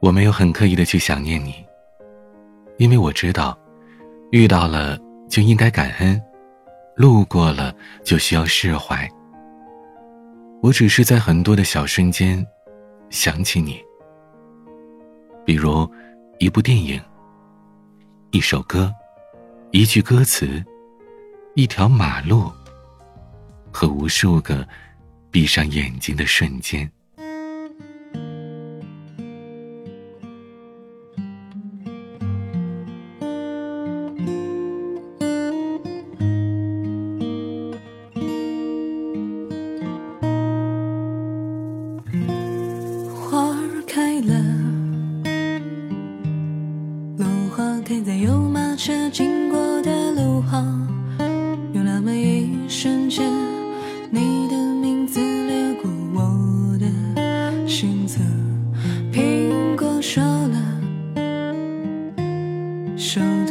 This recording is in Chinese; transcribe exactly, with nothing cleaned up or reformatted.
我没有很刻意的去想念你，因为我知道遇到了就应该感恩，路过了就需要释怀。我只是在很多的小瞬间想起你，比如一部电影，一首歌，一句歌词，一条马路，和无数个闭上眼睛的瞬间。 花儿开了，路花开在有马车经过的路旁，有那么一瞬间，你的名字掠过我的心侧。苹果熟了，熟